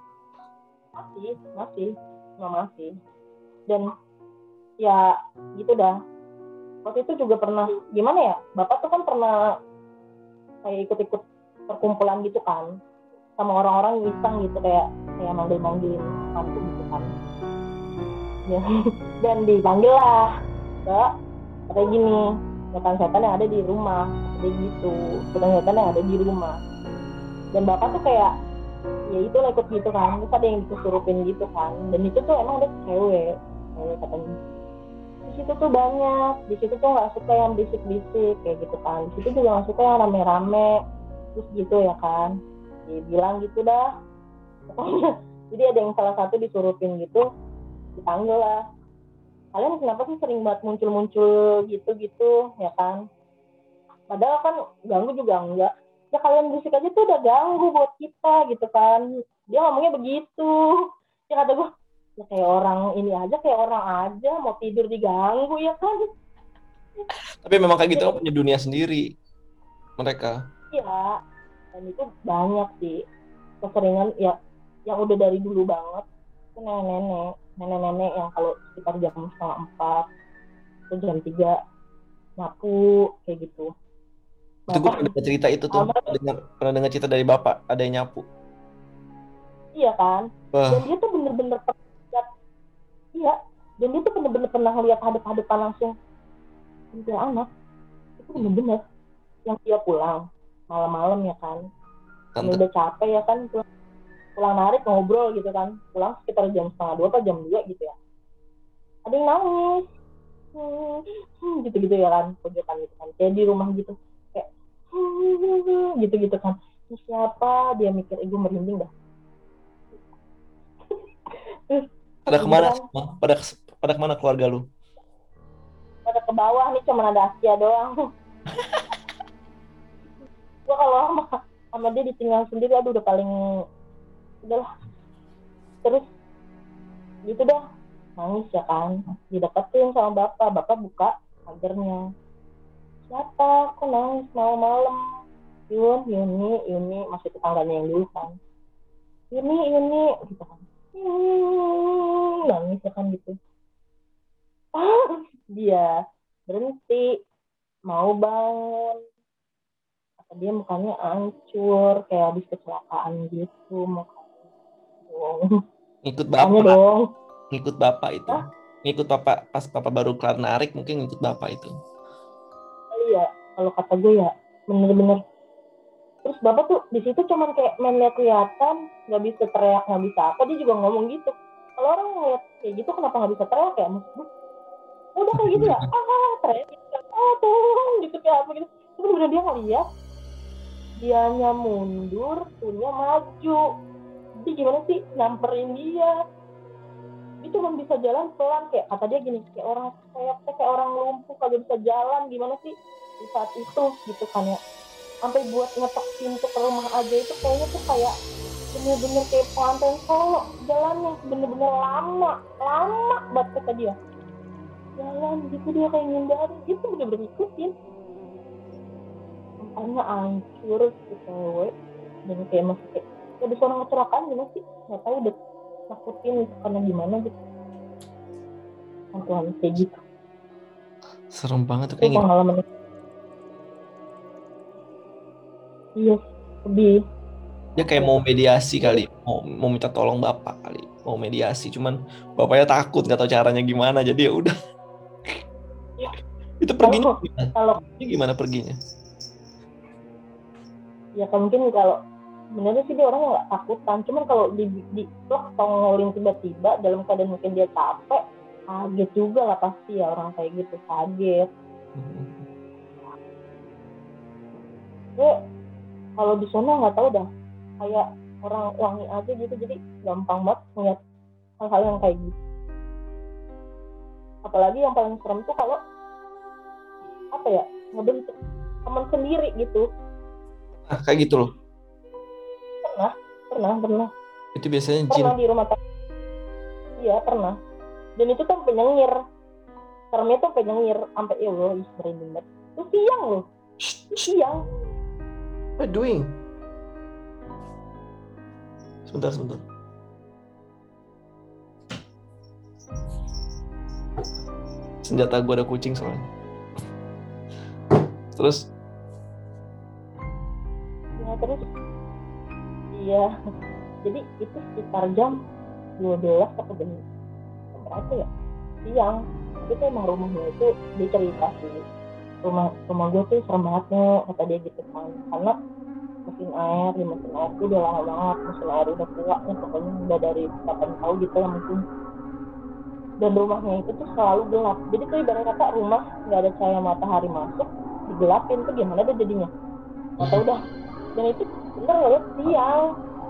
Masih, masih, nggak masih. Dan ya gitu dah. Waktu itu juga pernah gimana ya? Bapak tuh kan pernah kayak ikut-ikut perkumpulan gitu kan, sama orang-orang iseng gitu kayak kayak manggil-manggilin hantu gitu kan. Ya, dan dipanggil lah, Mbak, katanya gini, setan-setan yang ada di rumah, ada gitu, setan-setan yang ada di rumah. Dan bapak tuh kayak, ya itu lah ikut gitu kan, terus ada yang disurupin gitu kan, dan itu tuh emang udah cewek, cewek katanya. Di situ tuh banyak, di situ tuh nggak suka yang bisik-bisik kayak gitu kan, di situ juga nggak suka yang rame-rame, terus gitu ya kan, dia bilang gitu dah, pokoknya. Jadi ada yang salah satu disurupin gitu, dipanggil lah, kalian kenapa sih sering banget muncul-muncul gitu-gitu ya kan, padahal kan ganggu juga enggak, ya kalian berisik aja tuh udah ganggu buat kita gitu kan, dia ngomongnya begitu. Ya kata gue, ya kayak orang ini aja, kayak orang aja mau tidur diganggu ya kan. Tapi memang kayak gitu punya dunia sendiri mereka. Iya, dan itu banyak sih keseringan ya, yang udah dari dulu banget itu nenek-nenek nenek-nenek yang kalau sekitar jam setengah empat atau jam tiga nyapu kayak gitu. Itu gue Bahkan pernah dengar cerita itu tuh, almarhum, dengar pernah dengar cerita dari bapak ada yang nyapu. iya kan, dan Wah, dia tuh bener-bener pernah lihat, iya, dan dia tuh bener-bener pernah lihat hadap-hadapan langsung untuk anak, itu bener-bener yang dia pulang malam-malam ya kan, ini tante. udah capek ya kan, pulang, pulang narik ngobrol gitu kan, pulang sekitar jam setengah dua atau jam dua gitu ya, ada yang nangis, hmm, hmm, gitu-gitu ya kan, pojokan gitu kan, kayak di rumah gitu, kayak hmm, gitu-gitu kan, ini siapa, dia mikir, eh gue merinding dah. Terus Pada kemana kemudian semua? Pada pada kemana keluarga lu? pada ke bawah nih cuma ada Asia doang. Gue kalau sama, sama dia ditinggal sendiri, aduh udah paling udahlah. Terus gitu dah, nangis ya kan, dideketin sama bapak, bapak buka pagernya, siapa kok nangis malam-malam, Yun, Yuni, Yuni masih tetangganya yang dulu kan, Yuni, Yuni gitu kan, hmm, nangis ya kan gitu. Dia berhenti mau bangun, kata dia mukanya hancur kayak habis kecelakaan gitu mukanya dong. Ngikut Makanya bapak, dong. ngikut bapak itu. Hah? Ngikut bapak pas papa baru kelar narik mungkin ngikut bapak itu. Iya, kalau kata gue ya bener-bener. Terus bapak tuh di situ cuman kayak mainnya kelihatan, nggak bisa teriak, nggak bisa apa, dia juga ngomong gitu. Kalau orang ngeliat kayak gitu kenapa nggak bisa teriak ya, maksud gue udah kayak gitu ya, ah teriak gitu kan, ah Tuhan gitu kayak apa gitu. Tapi bener dia ngeliat, dianya mundur, punya maju. Jadi gimana sih nyamperin dia? Dia cuma bisa jalan pelan, kayak kata dia gini, kayak orang kayak kayak orang lumpuh kagak bisa jalan, gimana sih di saat itu gitu kan ya. Sampai buat ngetok pintu ke rumah aja itu kayaknya tuh kayak bener-bener kayak pengantin Solo jalannya, bener-bener lama lama banget kata dia jalan gitu, dia kayak ngindarin gitu, bener-bener ikutin. Makanya hancur si cewek, dan kayak masih kayak ya bisa orang kecelakaan gimana sih, nggak tahu udah nakutin itu karena gimana gitu, Tuhan kayak gitu. Serem banget tuh Itu kayak gitu. pengalaman. Iya, lebih Dia apa kayak ya, mau mediasi lebih kali, mau mau minta tolong bapak kali, mau mediasi, cuman bapaknya takut nggak tahu caranya gimana, jadi ya udah. Itu perginya kalau gimana? kalau Ini gimana perginya? ya kan mungkin kalau sebenarnya sih dia orangnya nggak takutan, cuman kalau di di plak tongolin tiba-tiba dalam keadaan mungkin dia capek, kaget juga lah pasti ya, orang kayak gitu kaget. Gue kalau di sana nggak tahu dah, kayak orang wangi aja gitu, jadi gampang banget ngeliat hal-hal yang kayak gitu. Apalagi yang paling serem tuh kalau apa ya, ngebentuk teman sendiri gitu. Nah, kayak gitu loh. Pernah, pernah, pernah, Itu biasanya jin. pernah di rumah tangga. Iya pernah. Dan itu tuh penyengir. Seremnya tuh penyengir sampai ya Allah, ih merinding banget. Itu siang loh, itu siang. What doing? Sebentar, sebentar. Senjata gue ada kucing soalnya. Terus? Ya terus, iya. Jadi itu sekitar jam dua belas atau jam berapa ya? Siang. Tapi tuh emang rumahnya itu, dia cerita sih. Rumah rumah gue tuh serem banget nih, kata dia gitu kan. Karena mesin air, di mesin air tuh udah lama banget. Mesin air udah tua nih, pokoknya udah dari kapan tahu gitu lah mungkin. Dan rumahnya itu tuh selalu gelap. Jadi tuh ibarat kata rumah nggak ada cahaya matahari masuk, digelapin tuh gimana deh jadinya. Nggak tahu dah. Dan itu bener loh siang.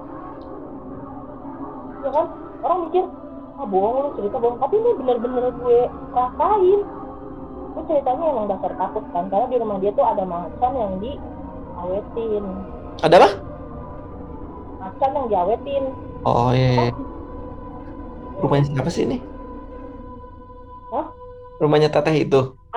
Ya kan, orang mikir ah bohong lu, cerita bohong, tapi ini bener-bener gue rasain. Gue ceritanya emang dasar takut kan, karena di rumah dia tuh ada macan yang diawetin. Ada apa? Macan yang diawetin. Oh iya, iya. Oh, Rumahnya siapa sih ini? hah? Rumahnya teteh itu.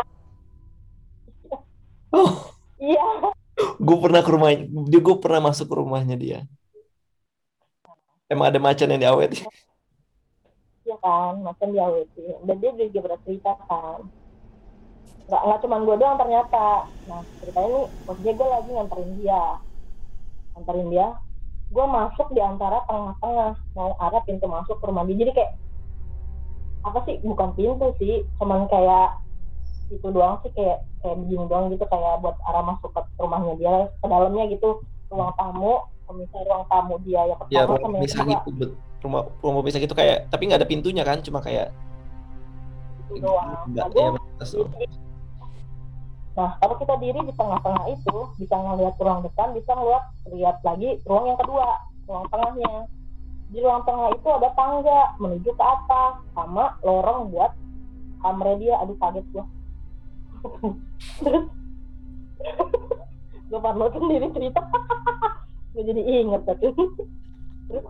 Oh, Iya. gue pernah ke rumahnya. Dia gue pernah masuk ke rumahnya dia. Emang ada macan yang diawet. Iya kan, macan diawetin. Dan dia juga bercerita kan, nggak nggak cuma gue doang ternyata. Nah ceritanya nih, posisinya gue lagi nganterin dia nganterin dia gue masuk di antara tengah-tengah, mau arah pintu masuk ke rumah dia. Jadi kayak apa sih, bukan pintu sih, cuman kayak itu doang sih, kayak kayak begini doang gitu, kayak buat arah masuk ke rumahnya dia, ke dalamnya gitu. Ruang tamu, misalnya ruang tamu dia yang Ya pertama rumah sama yang pemisah kedua, gitu. Bet- Rumah rumah pemisah gitu kayak, tapi nggak ada pintunya kan, cuma kayak itu doang. nggak Nah gue ya batas doang. Nah, kalau kita diri di tengah-tengah itu, bisa ngelihat ruang depan, bisa ngeliat lihat lagi ruang yang kedua, ruang tengahnya. Di ruang tengah itu ada tangga menuju ke atas, sama lorong buat kamar dia. Aduh kaget gue. Terus gue parno sendiri cerita, gue jadi inget tadi. Terus,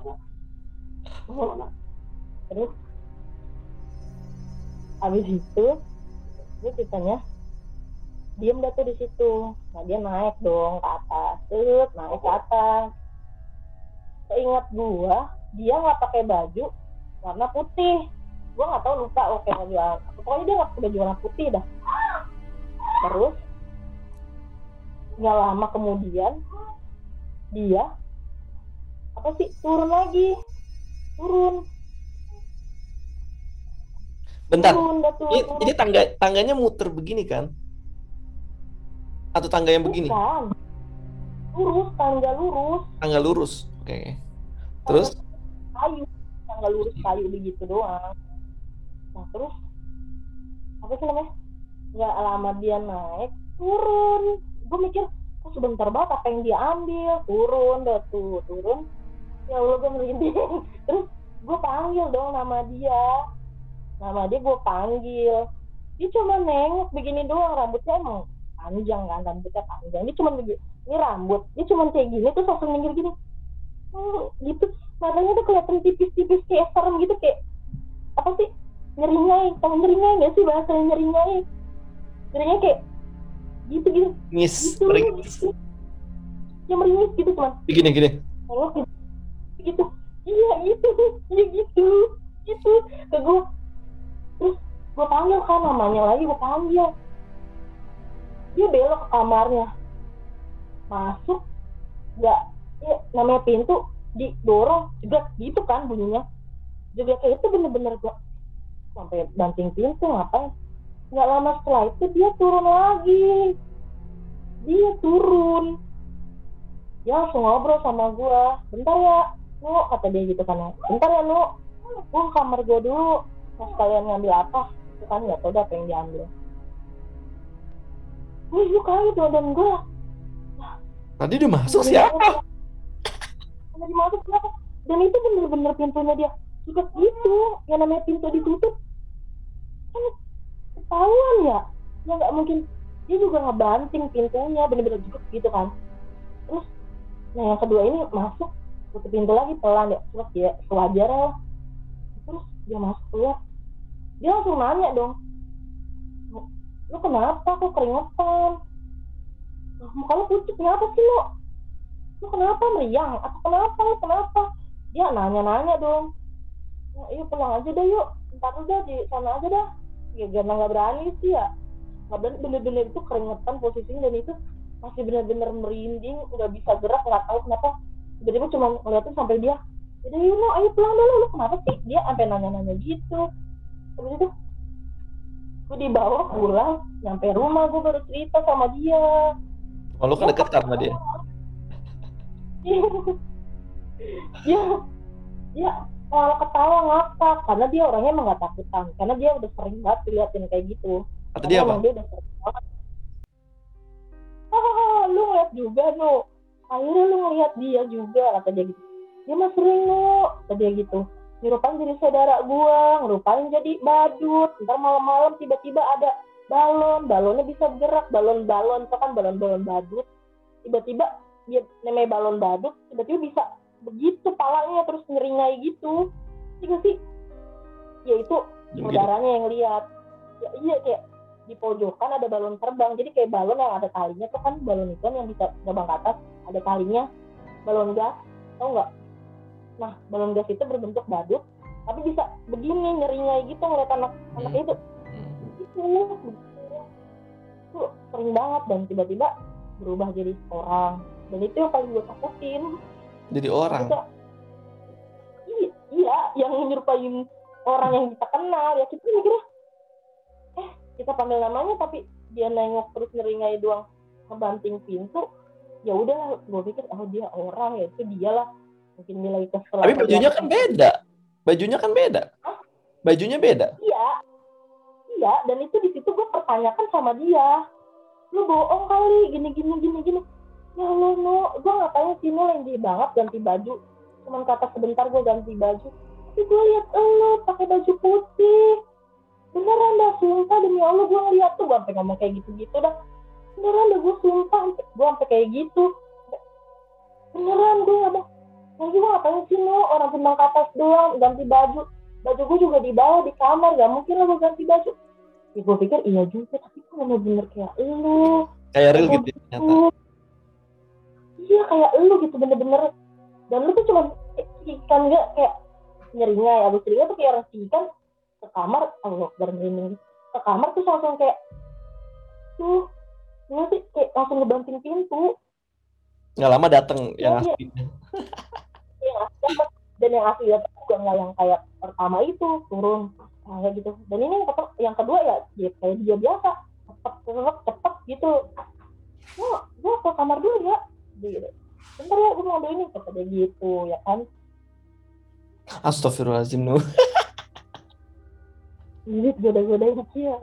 terus abis itu dia ceritanya diem dah tuh di situ. Nah dia naik dong ke atas, terus naik ke atas. Seingat gua dia nggak pakai baju warna putih. Gua nggak tahu, lupa oke baju apa, pokoknya dia nggak pakai baju warna putih dah. Terus nggak lama kemudian dia apa sih turun lagi, turun Bentar. turun dah tuh Ini, turun. ini tangga tangganya muter begini kan? Atau tangga yang begini? Bukan, lurus, tangga lurus, Tangga lurus. Oke. tangga Terus? kayu, tangga lurus kayu begitu doang. Nah terus apa sih namanya, nggak lama dia naik turun. Gue mikir kok sebentar banget, apa yang dia ambil. Turun dah tuh, turun. Ya Allah gue merinding. Terus gue panggil dong nama dia, nama dia gue panggil. Dia cuma nengok begini doang, rambutnya emang panjang kan, rambutnya panjang. Dia cuma begini, ini rambut, dia cuma kayak gini terus langsung minggir gini. Hmm, gitu matanya tuh kelihatan tipis-tipis kayak serem gitu, kayak apa sih, nyeringai, tahu nyeringai nggak sih bahasanya nyeringai, nyeringai kayak gitu gitu Ngis, gitu meringis. gitu, yang meringis gitu cuman Gini, gini. oh gitu, gitu. Iya gitu, iya gitu gitu ke gue. Terus gue panggil kan namanya lagi, gue panggil, dia belok ke kamarnya, masuk, nggak, ya, namanya pintu didorong juga gitu kan bunyinya, juga kayak itu bener-bener gue sampai banting pintu ngapain. Nggak lama setelah itu dia turun lagi, dia turun, dia langsung ngobrol sama gue, bentar ya Nu, kata dia gitu kan, bentar ya Nu, gue ke kamar gue dulu, mau sekalian ngambil apa, itu kan nggak tahu apa yang diambil. Gue juga kaget loh, dan gue Tadi udah masuk dari siapa? mana, dari masuk kenapa, dan itu bener-bener pintunya dia juga gitu, yang namanya pintu ditutup kan ketahuan ya, ya nggak mungkin, dia juga ngebanting pintunya bener-bener juga gitu kan. Terus nah yang kedua ini masuk, tutup pintu lagi pelan ya, terus dia sewajarnya lah. Terus dia masuk keluar, dia langsung nanya dong, lu kenapa kok keringetan, muka lu pucet kenapa sih lu, lu kenapa meriang atau kenapa, lu kenapa, dia nanya-nanya dong. Nah, yuk pulang aja deh yuk, ntar udah di sana aja dah, ya karena nggak berani sih ya, nggak berani, bener-bener itu keringetan posisinya, dan itu masih bener-bener merinding, nggak bisa gerak, nggak tahu kenapa, tiba-tiba cuma ngeliatin sampai dia, udah yuk no, ayo pulang dulu, lu kenapa sih, dia sampai nanya-nanya gitu. Habis itu gue dibawa pulang, nyampe rumah gue baru cerita sama dia. Oh, lu kan Dia deket sama dia. dia dia malah ketawa ngakak, karena dia orangnya emang gak takutan, karena dia udah sering banget diliatin kayak gitu, Kata karena dia emang apa? dia udah sering banget. Ah, lu ngeliat juga Nu, akhirnya lu ngeliat dia juga, kata dia gitu. Dia mah sering Nu, kata dia gitu, ngerupain jadi saudara gua, ngerupain jadi badut, ntar malam-malam tiba-tiba ada balon, balonnya bisa gerak, balon-balon itu kan balon-balon badut, tiba-tiba dia namanya balon badut, tiba-tiba bisa begitu palanya terus nyeringai gitu. Iya sih, ya itu Jam gitu. saudaranya yang lihat. Ya iya, kayak di pojokan ada balon terbang, jadi kayak balon yang ada talinya tuh kan, balon itu yang bisa terbang ke atas, ada talinya, balon gas, tau nggak? Nah balon gas itu berbentuk badut tapi bisa begini nyeringai gitu, ngeliat anak-anak Hmm. itu itu itu sering banget, dan tiba-tiba berubah jadi orang, dan itu yang paling gue takutin. Jadi orang. Kita, iya, iya yang menyerupain orang yang kita kenal, ya kita mikirnya eh kita panggil namanya tapi dia nengok terus nyeringai doang, ngebanting pintu, ya udah gue pikir oh dia orang, ya itu dialah mungkin nilai kesel Tapi apa dia bajunya apa. kan beda. Bajunya kan beda. Hah? Bajunya beda. Iya, iya, dan itu di situ gue pertanyakan sama dia, lu bohong kali, gini gini gini gini. Ya Allah no, gue ngapain sih no, lenji banget ganti baju, cuman kata sebentar gue ganti baju, tapi gue lihat lu pakai baju putih, beneran dah, sumpah demi Allah gue ngeliat tuh, gue sampai ngomong kayak gitu-gitu dah, beneran dah gue sumpah, gue sampai kayak gitu, beneran gue ngomong, lagi gue ngapain sih no, orang cuma ke atas doang ganti baju, baju gue juga di bawah di kamar, gak mungkin lah gue ganti baju. Ya gue pikir iya juga, tapi kok bener-bener kayak lu, Kayak real kayak gitu ya, ternyata. gitu. Iya kayak lu gitu bener-bener, dan lu tuh cuma ikan gak kayak nyeringai, abis nyeringai tuh kayak orang ikan ke kamar, Allah bermerinding ke kamar tuh langsung kayak tuh, ini sih kayak langsung ngebanting pintu. Nggak lama dateng Ya yang dia asli. yang asli dapat, dan yang asli dapat juga nggak yang kayak pertama itu turun nah, kayak gitu. Dan ini yang, yang kedua ya dia kayak dia biasa, cepet cepet cepet gitu, gua gua ke kamar dulu ya, gitu. Bentar ya gue mau ambil ini, kata dia gitu ya kan. Astagfirullahaladzim, Nuh. Ini goda-godain dia.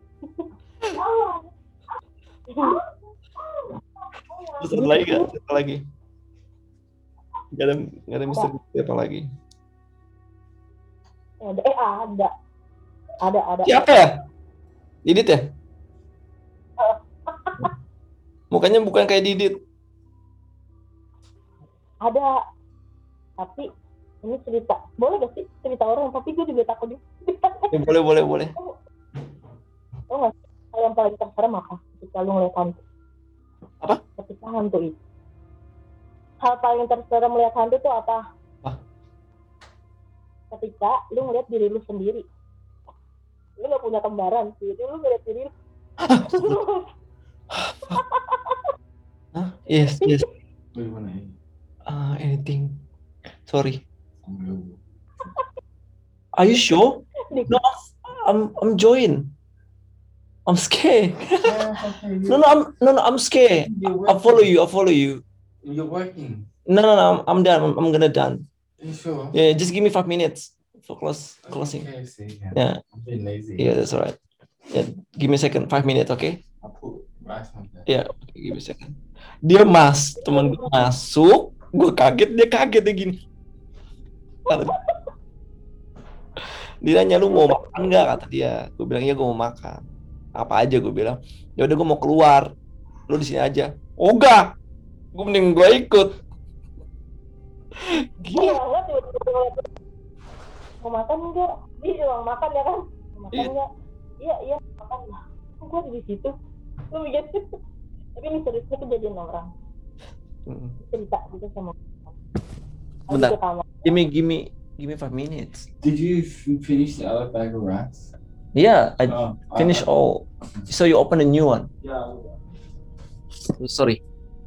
Terus ada lagi gak? Apa lagi? Gak ada, gak ada misteri apa lagi? Ada, eh ada, ada, ada. Siapa ya? Didit ya? Mukanya bukan kayak Didit. Ada, Tapi ini cerita, boleh gak sih cerita orang? Tapi gue juga takut juga. Ya, boleh boleh boleh. Oh nggak, hal yang paling terserem apa ketika lu ngeliat hantu? Apa? Ketika hantu itu. Hal paling terserem melihat hantu tuh apa? Apa? Ketika lu ngeliat diri lu sendiri. Lu gak punya kembaran, jadi lu ngeliat diri lu. Huh? Yes, yes. What do you want to eat? Uh, anything. Sorry. I'm good. Are you sure? No, I'm I'm join. I'm scared. No, no, I'm no, no, I'm scared. I'll follow you. I'll follow you. You're working. No, no, no. I'm, I'm done. I'm, I'm gonna done. Are you sure? Yeah, just give me five minutes for close closing. Okay, see, yeah. Yeah, I'm being lazy. yeah, that's alright. Yeah, give me a second. Five minutes, okay? I'll put rice on there. Ya, yeah, give me a second. Dia mas, temen gue masuk, gue kaget, dia kaget dia gini. Kata dia, dia nanya lu mau makan nggak? Kata dia. Gue bilang iya gue mau makan. Apa aja gue bilang. Ya udah gue mau keluar. Lu di sini aja. Oh enggak, gue mending gue ikut. Gila. Mau makan enggak? Dia bilang makan ya kan? Mau makan enggak? Iya, iya makan lah. Kok gue ada di situ? Lu mikir gitu. Tapi ini seriusnya kejadian orang. Hmm. Cerita gitu sama. Bentar. Give me, give me, give me five minutes. Did you f- finish the other bag of rice? Yeah, I Oh, finished I- all. So you open a new one. Yeah. Sorry.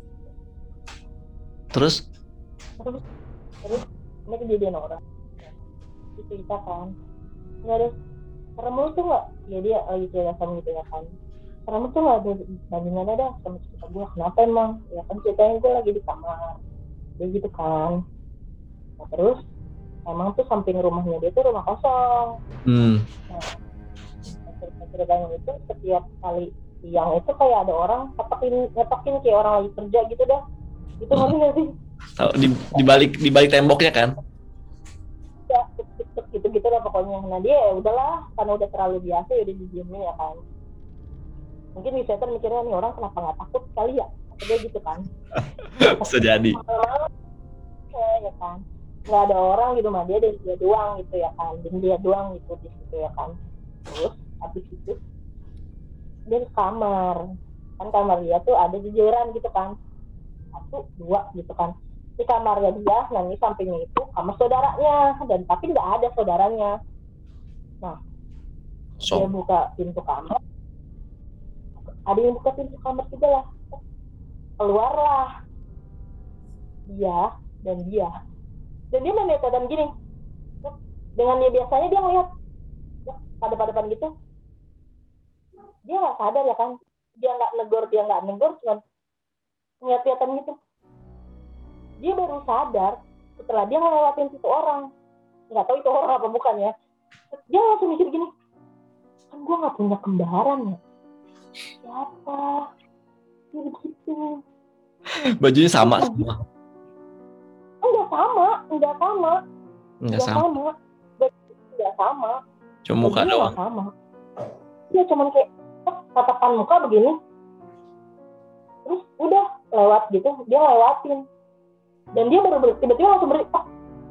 Terus? Terus, terus ini kejadian orang. Dia cerita kan. Nggak ada. Serem lu tuh nggak? Ya dia lagi cerita sama gitu ya kan. Serem lu tuh nggak ada bandingannya dah sama cerita gue. Kenapa emang? Ya kan ceritanya gue lagi di kamar. Dia gitu kan. Nah terus emang tuh samping rumahnya dia tuh rumah kosong. Hmm. Nah cerita-ceritanya itu setiap kali siang itu kayak ada orang ngetokin ngetokin kayak orang lagi kerja gitu dah. Itu ngerti nggak sih? Tahu di di balik di balik temboknya kan? Ya tuk-tuk gitu-gitu lah pokoknya. Nah dia ya udahlah karena udah terlalu biasa ya udah didiemin ya kan. Mungkin di center mikirnya nih orang kenapa nggak takut kali ya? Dia gitu kan. Bisa jadi. Ya, ya kan. Nggak ada orang di rumah dia, dan dia doang gitu ya kan. Dan dia doang gitu di situ ya kan. Terus habis itu dia ke kamar. Kan kamar dia tuh ada jejeran gitu kan. Satu, dua gitu kan. Di kamarnya dia, nah ini sampingnya itu kamar saudaranya. Dan tapi nggak ada saudaranya. Nah, So. dia buka pintu kamar. Ada yang buka pintu kamar juga lah. Keluarlah dia dan dia. Dan dia main metode gini. Dengan dia biasanya dia ngeliat pada depan gitu. Dia nggak sadar ya kan. Dia nggak negor, dia nggak negor, cuma ngeliat-ngeliatan gitu. Dia baru sadar setelah dia ngelewatin situ orang. Nggak tahu itu orang apa bukan ya. Dia langsung mikir gini. Kan gue nggak punya kembaran ya. Siapa? Dia begitu. Bajunya sama semua. Enggak sama, enggak sama. Enggak sama. sama. Enggak sama. Cuma muka Bajunya doang. enggak sama. Dia cuman kayak oh, tatapan muka begini. Terus udah lewat gitu, dia lewatin. Dan dia baru ber- tiba-tiba langsung beri, oh,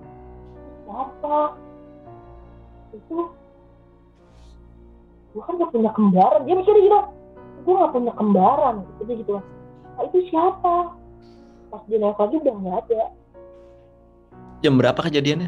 siapa? Itu gue kan gak punya kembaran. Dia mikir gitu, gue gak punya kembaran. Gitu gitu. Nah, itu siapa? Pas dia nengok lagi udah gak ada. Jam berapa kejadiannya?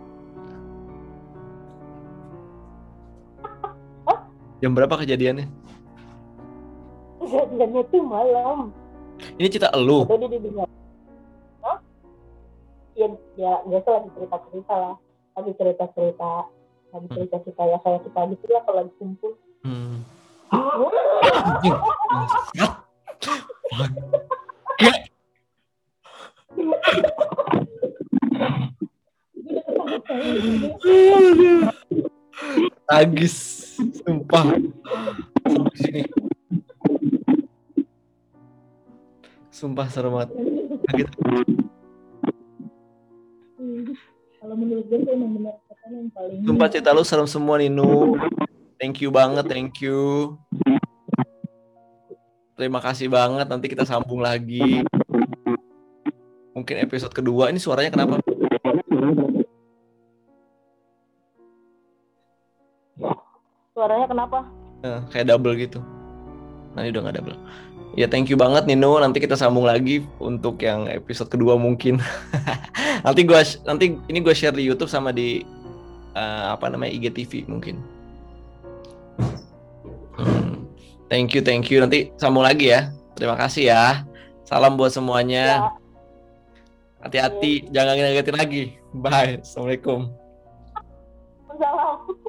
Hah? Jam berapa kejadiannya? Kejadiannya tuh malam. Ini cerita elu. Atau dia dibilang, hah? Ya, ya biasa lagi cerita-cerita lah. Lagi cerita-cerita. Lagi cerita-cerita ya kayak kita gitu lah kalau lagi kumpul. Hmm. Tragis, sumpah. Sampai sini. Sumpah serem banget. Kaget. Kalau menurut gue itu emang benar katanya yang paling. Sumpah cerita lu serem semua nih, Nu. Thank you banget, thank you. Terima kasih banget, nanti kita sambung lagi. Mungkin episode kedua, ini suaranya kenapa? Suaranya kenapa? Eh, kayak double gitu. Nah, ini udah nggak double. Ya, thank you banget Nino. Nanti kita sambung lagi untuk yang episode kedua mungkin. nanti gua nanti ini gue share di YouTube sama di uh, apa namanya I G T V mungkin. Hmm. Thank you, thank you. Nanti sambung lagi ya. Terima kasih ya. Salam buat semuanya. Ya. Hati-hati, jangan ngagetin lagi. Bye. Assalamualaikum. Salam.